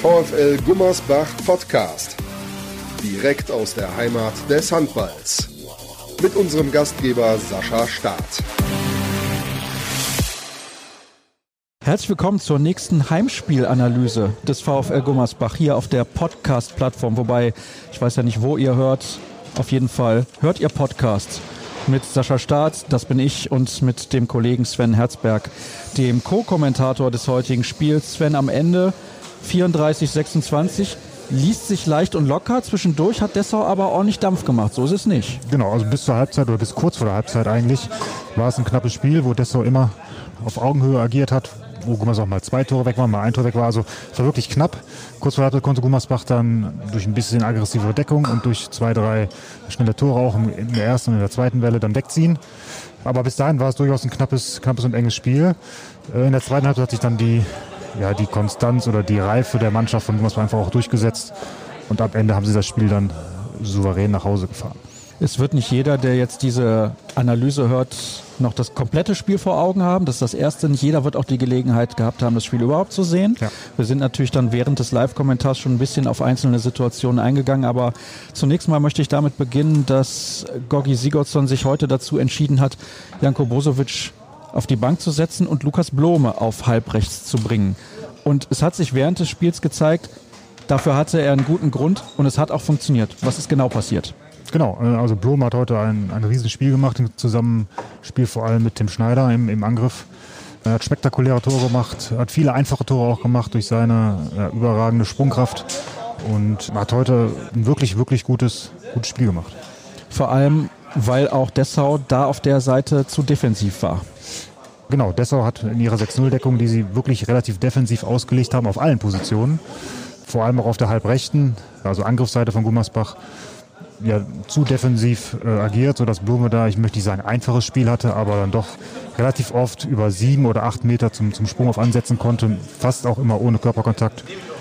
VfL Gummersbach Podcast. Direkt aus der Heimat des Handballs. Mit unserem Gastgeber Sascha Staat. Herzlich willkommen zur nächsten Heimspielanalyse des VfL Gummersbach hier auf der Podcast-Plattform. Wobei, ich weiß ja nicht, wo ihr hört. Auf jeden Fall hört ihr Podcast mit Sascha Staat, das bin ich, und mit dem Kollegen Sven Herzberg, dem Co-Kommentator des heutigen Spiels. Sven, am Ende 34-26, liest sich leicht und locker. Zwischendurch hat Dessau aber ordentlich Dampf gemacht. So ist es nicht. Genau, also bis zur Halbzeit oder bis kurz vor der Halbzeit eigentlich war es ein knappes Spiel, wo Dessau immer auf Augenhöhe agiert hat, wo Gummersbach mal 2 Tore weg war, mal 1 Tor weg war. Also es war wirklich knapp. Kurz vor der Halbzeit konnte Gummersbach dann durch ein bisschen aggressivere Deckung und durch 2, 3 schnelle Tore auch in der ersten und in der zweiten Welle dann wegziehen. Aber bis dahin war es durchaus ein knappes und enges Spiel. In der zweiten Halbzeit hat sich dann die Konstanz oder die Reife der Mannschaft von Gummersbach einfach auch durchgesetzt. Und am Ende haben sie das Spiel dann souverän nach Hause gefahren. Es wird nicht jeder, der jetzt diese Analyse hört, noch das komplette Spiel vor Augen haben. Das ist das Erste. Nicht jeder wird auch die Gelegenheit gehabt haben, das Spiel überhaupt zu sehen. Ja. Wir sind natürlich dann während des Live-Kommentars schon ein bisschen auf einzelne Situationen eingegangen. Aber zunächst mal möchte ich damit beginnen, dass Gogi Sigurdsson sich heute dazu entschieden hat, Janko Bosovic auf die Bank zu setzen und Lukas Blome auf halbrechts zu bringen. Und es hat sich während des Spiels gezeigt, dafür hatte er einen guten Grund und es hat auch funktioniert. Was ist genau passiert? Genau, also Blome hat heute ein riesiges Spiel gemacht, im Zusammenspiel vor allem mit Tim Schneider im Angriff. Er hat spektakuläre Tore gemacht, hat viele einfache Tore auch gemacht durch seine überragende Sprungkraft und hat heute ein wirklich, wirklich gutes Spiel gemacht. Vor allem, weil auch Dessau da auf der Seite zu defensiv war. Genau, Dessau hat in ihrer 6-0-Deckung, die sie wirklich relativ defensiv ausgelegt haben, auf allen Positionen, vor allem auch auf der halbrechten, also Angriffsseite von Gummersbach, zu defensiv agiert, sodass Blome da, ich möchte nicht sagen, ein einfaches Spiel hatte, aber dann doch relativ oft über 7 oder 8 Meter zum Sprung auf ansetzen konnte, fast auch immer ohne Körperkontakt,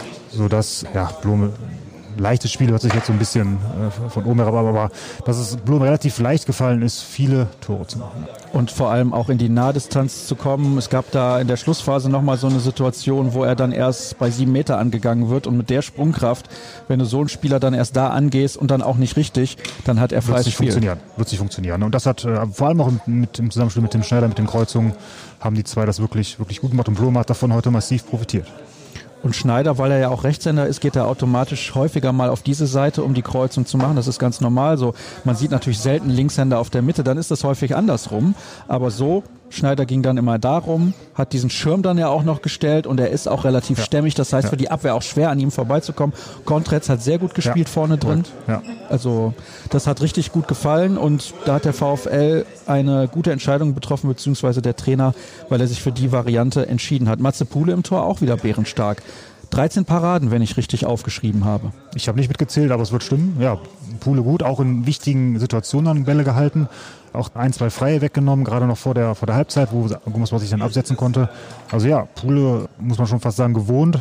sodass Blome, leichtes Spiel hört sich jetzt so ein bisschen von oben herab, aber dass es Blome relativ leicht gefallen ist, viele Tore zu machen. Und vor allem auch in die Nahdistanz zu kommen. Es gab da in der Schlussphase nochmal so eine Situation, wo er dann erst bei 7 Meter angegangen wird und mit der Sprungkraft, wenn du so einen Spieler dann erst da angehst und dann auch nicht richtig, dann hat er freies Spiel. Wird sich funktionieren. Und das hat vor allem auch im Zusammenspiel mit dem Schneider, mit den Kreuzungen, haben die zwei das wirklich, wirklich gut gemacht und Blome hat davon heute massiv profitiert. Und Schneider, weil er ja auch Rechtshänder ist, geht er automatisch häufiger mal auf diese Seite, um die Kreuzung zu machen. Das ist ganz normal so. Man sieht natürlich selten Linkshänder auf der Mitte, dann ist das häufig andersrum. Aber so, Schneider ging dann immer darum, hat diesen Schirm dann ja auch noch gestellt und er ist auch relativ stämmig. Das heißt für die Abwehr auch schwer, an ihm vorbeizukommen. Kontretz hat sehr gut gespielt vorne drin. Ja. Also das hat richtig gut gefallen und da hat der VfL eine gute Entscheidung getroffen, beziehungsweise der Trainer, weil er sich für die Variante entschieden hat. Matze Pule im Tor auch wieder bärenstark. 13 Paraden, wenn ich richtig aufgeschrieben habe. Ich habe nicht mitgezählt, aber es wird stimmen. Ja, Pule gut, auch in wichtigen Situationen an Bälle gehalten. Auch 1, 2 Freie weggenommen, gerade noch vor der Halbzeit, wo Gummersbach sich dann absetzen konnte. Also ja, Pule, muss man schon fast sagen, gewohnt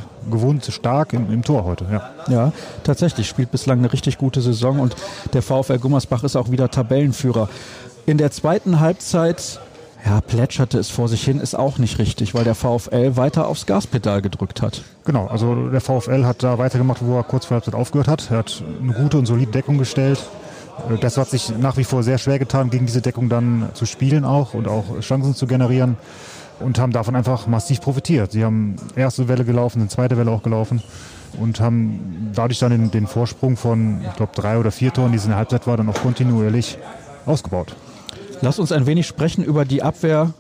stark im Tor heute. Ja, tatsächlich, spielt bislang eine richtig gute Saison und der VfL Gummersbach ist auch wieder Tabellenführer. In der zweiten Halbzeit plätscherte es vor sich hin, ist auch nicht richtig, weil der VfL weiter aufs Gaspedal gedrückt hat. Genau, also der VfL hat da weitergemacht, wo er kurz vor der Halbzeit aufgehört hat. Er hat eine gute und solide Deckung gestellt. Das hat sich nach wie vor sehr schwer getan, gegen diese Deckung dann zu spielen auch und auch Chancen zu generieren und haben davon einfach massiv profitiert. Sie haben erste Welle gelaufen, eine zweite Welle auch gelaufen und haben dadurch dann den Vorsprung von, ich glaube, 3 oder 4 Toren, die es in der Halbzeit war, dann auch kontinuierlich ausgebaut. Lass uns ein wenig sprechen über die Abwehr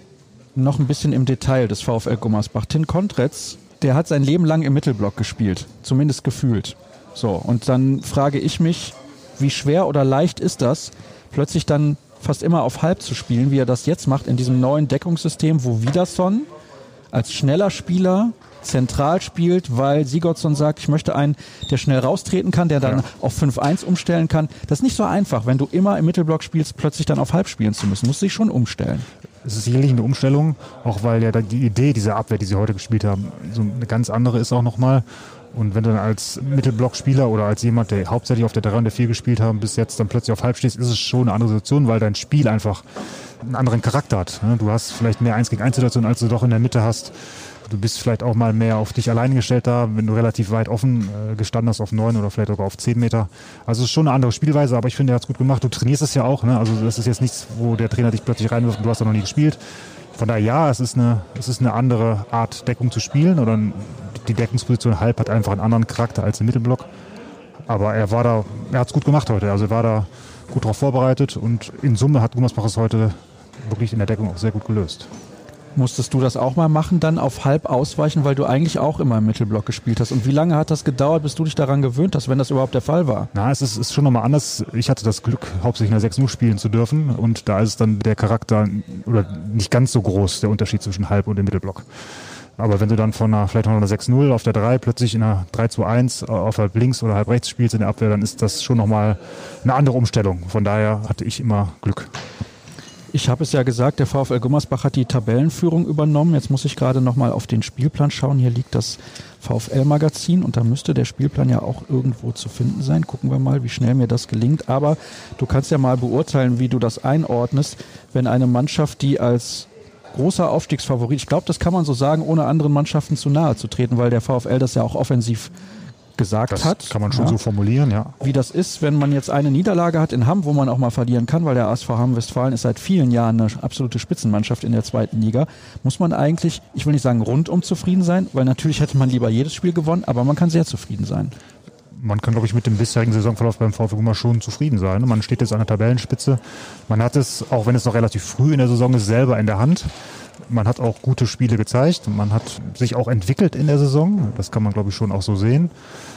noch ein bisschen im Detail des VfL Gummersbach. Tim Kontretz, der hat sein Leben lang im Mittelblock gespielt, zumindest gefühlt. So, und dann frage ich mich, wie schwer oder leicht ist das, plötzlich dann fast immer auf halb zu spielen, wie er das jetzt macht in diesem neuen Deckungssystem, wo Wiederson als schneller Spieler zentral spielt, weil Sigurdsson sagt, ich möchte einen, der schnell raustreten kann, der dann auf 5-1 umstellen kann. Das ist nicht so einfach, wenn du immer im Mittelblock spielst, plötzlich dann auf halb spielen zu müssen. Musst du dich schon umstellen. Es ist sicherlich eine Umstellung, auch weil ja die Idee dieser Abwehr, die sie heute gespielt haben, so eine ganz andere ist auch nochmal. Und wenn du dann als Mittelblockspieler oder als jemand, der hauptsächlich auf der 3 und der 4 gespielt haben, bis jetzt dann plötzlich auf halb stehst, ist es schon eine andere Situation, weil dein Spiel einfach einen anderen Charakter hat. Du hast vielleicht mehr 1-gegen-1 Situationen, als du doch in der Mitte hast. Du bist vielleicht auch mal mehr auf dich alleine gestellt da, wenn du relativ weit offen gestanden hast auf 9 oder vielleicht sogar auf 10 Meter. Also es ist schon eine andere Spielweise, aber ich finde, er hat es gut gemacht. Du trainierst es ja auch, ne? Also das ist jetzt nichts, wo der Trainer dich plötzlich reinwirft und du hast da noch nie gespielt. Von daher ja, es ist eine andere Art Deckung zu spielen oder die Deckungsposition halb hat einfach einen anderen Charakter als im Mittelblock. Aber er hat es gut gemacht heute. Also er war da gut darauf vorbereitet und in Summe hat Gummersbach es heute wirklich in der Deckung auch sehr gut gelöst. Musstest du das auch mal machen, dann auf halb ausweichen, weil du eigentlich auch immer im Mittelblock gespielt hast? Und wie lange hat das gedauert, bis du dich daran gewöhnt hast, wenn das überhaupt der Fall war? Na, es ist schon nochmal anders. Ich hatte das Glück, hauptsächlich in der 6-0 spielen zu dürfen und da ist dann der Charakter oder nicht ganz so groß, der Unterschied zwischen Halb- und dem Mittelblock. Aber wenn du dann von vielleicht noch einer 6-0 auf der 3 plötzlich in einer 3-2-1 auf halb links oder halb rechts spielst in der Abwehr, dann ist das schon nochmal eine andere Umstellung. Von daher hatte ich immer Glück. Ich habe es ja gesagt, der VfL Gummersbach hat die Tabellenführung übernommen. Jetzt muss ich gerade nochmal auf den Spielplan schauen. Hier liegt das VfL-Magazin und da müsste der Spielplan ja auch irgendwo zu finden sein. Gucken wir mal, wie schnell mir das gelingt. Aber du kannst ja mal beurteilen, wie du das einordnest, wenn eine Mannschaft, die als großer Aufstiegsfavorit, ich glaube, das kann man so sagen, ohne anderen Mannschaften zu nahe zu treten, weil der VfL das ja auch offensiv gesagt hat. Das kann man schon so formulieren, ja. Wie das ist, wenn man jetzt eine Niederlage hat in Hamm, wo man auch mal verlieren kann, weil der ASV Hamm-Westfalen ist seit vielen Jahren eine absolute Spitzenmannschaft in der 2. Liga, muss man eigentlich, ich will nicht sagen rundum zufrieden sein, weil natürlich hätte man lieber jedes Spiel gewonnen, aber man kann sehr zufrieden sein. Man kann, glaube ich, mit dem bisherigen Saisonverlauf beim VfL Gummersbach schon zufrieden sein. Man steht jetzt an der Tabellenspitze. Man hat es, auch wenn es noch relativ früh in der Saison ist, selber in der Hand. Man hat auch gute Spiele gezeigt. Man hat sich auch entwickelt in der Saison. Das kann man, glaube ich, schon auch so sehen.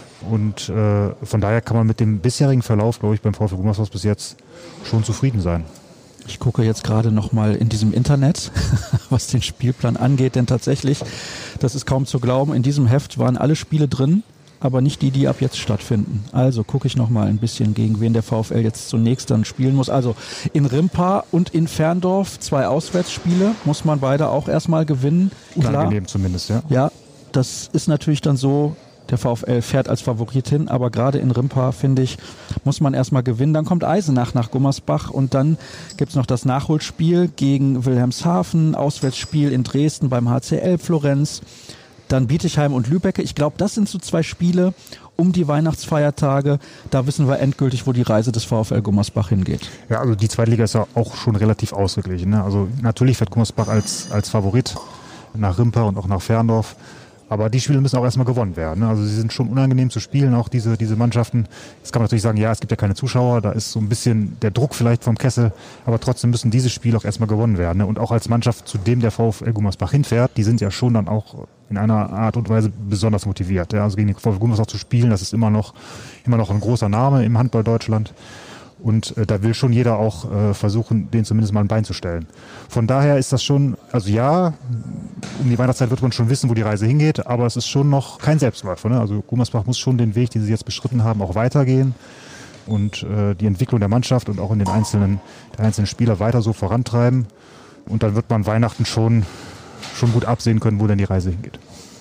Und von daher kann man mit dem bisherigen Verlauf, glaube ich, beim VfL Gummersbach bis jetzt schon zufrieden sein. Ich gucke jetzt gerade nochmal in diesem Internet, was den Spielplan angeht, denn tatsächlich, das ist kaum zu glauben, in diesem Heft waren alle Spiele drin, aber nicht die, die ab jetzt stattfinden. Also gucke ich nochmal ein bisschen, gegen wen der VfL jetzt zunächst dann spielen muss. Also in Rimpa und in Ferndorf 2 Auswärtsspiele, muss man beide auch erstmal gewinnen. Unangenehm zumindest, ja. Ja, das ist natürlich dann so, der VfL fährt als Favorit hin, aber gerade in Rimpa, finde ich, muss man erstmal gewinnen. Dann kommt Eisenach nach Gummersbach und dann gibt's noch das Nachholspiel gegen Wilhelmshaven, Auswärtsspiel in Dresden beim HCL Florenz, dann Bietigheim und Lübeck. Ich glaube, das sind so 2 Spiele um die Weihnachtsfeiertage. Da wissen wir endgültig, wo die Reise des VfL Gummersbach hingeht. Ja, also die Zweitliga ist ja auch schon relativ ausgeglichen, ne? Also natürlich fährt Gummersbach als Favorit nach Rimpa und auch nach Ferndorf. Aber die Spiele müssen auch erstmal gewonnen werden, ne? Also sie sind schon unangenehm zu spielen, auch diese Mannschaften. Jetzt kann man natürlich sagen, ja, es gibt ja keine Zuschauer, da ist so ein bisschen der Druck vielleicht vom Kessel, aber trotzdem müssen diese Spiele auch erstmal gewonnen werden, ne? Und auch als Mannschaft, zu dem der VfL Gummersbach hinfährt, die sind ja schon dann auch in einer Art und Weise besonders motiviert. Ja? Also gegen den VfL Gummersbach zu spielen, das ist immer noch ein großer Name im Handball Deutschland. Und da will schon jeder auch versuchen, den zumindest mal ein Bein zu stellen. Von daher ist das schon, also ja, um die Weihnachtszeit wird man schon wissen, wo die Reise hingeht, aber es ist schon noch kein Selbstläufer, ne? Also Gummersbach muss schon den Weg, den sie jetzt beschritten haben, auch weitergehen und die Entwicklung der Mannschaft und auch in der einzelnen Spieler weiter so vorantreiben. Und dann wird man Weihnachten schon gut absehen können, wo denn die Reise hingeht.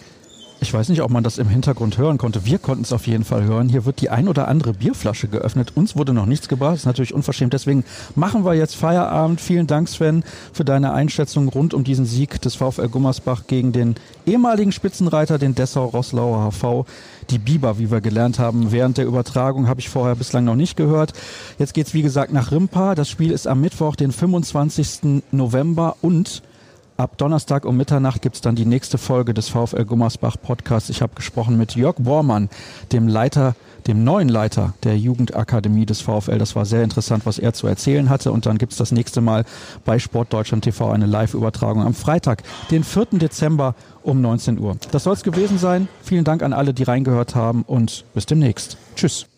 Ich weiß nicht, ob man das im Hintergrund hören konnte. Wir konnten es auf jeden Fall hören. Hier wird die ein oder andere Bierflasche geöffnet. Uns wurde noch nichts gebracht. Das ist natürlich unverschämt. Deswegen machen wir jetzt Feierabend. Vielen Dank, Sven, für deine Einschätzung rund um diesen Sieg des VfL Gummersbach gegen den ehemaligen Spitzenreiter, den Dessau-Roßlauer HV. Die Biber, wie wir gelernt haben, während der Übertragung habe ich vorher bislang noch nicht gehört. Jetzt geht's wie gesagt, nach Rimpa. Das Spiel ist am Mittwoch, den 25. November und ab Donnerstag um Mitternacht gibt es dann die nächste Folge des VfL Gummersbach Podcasts. Ich habe gesprochen mit Jörg Bormann, dem neuen Leiter der Jugendakademie des VfL. Das war sehr interessant, was er zu erzählen hatte. Und dann gibt es das nächste Mal bei Sportdeutschland TV eine Live-Übertragung am Freitag, den 4. Dezember um 19 Uhr. Das soll es gewesen sein. Vielen Dank an alle, die reingehört haben und bis demnächst. Tschüss.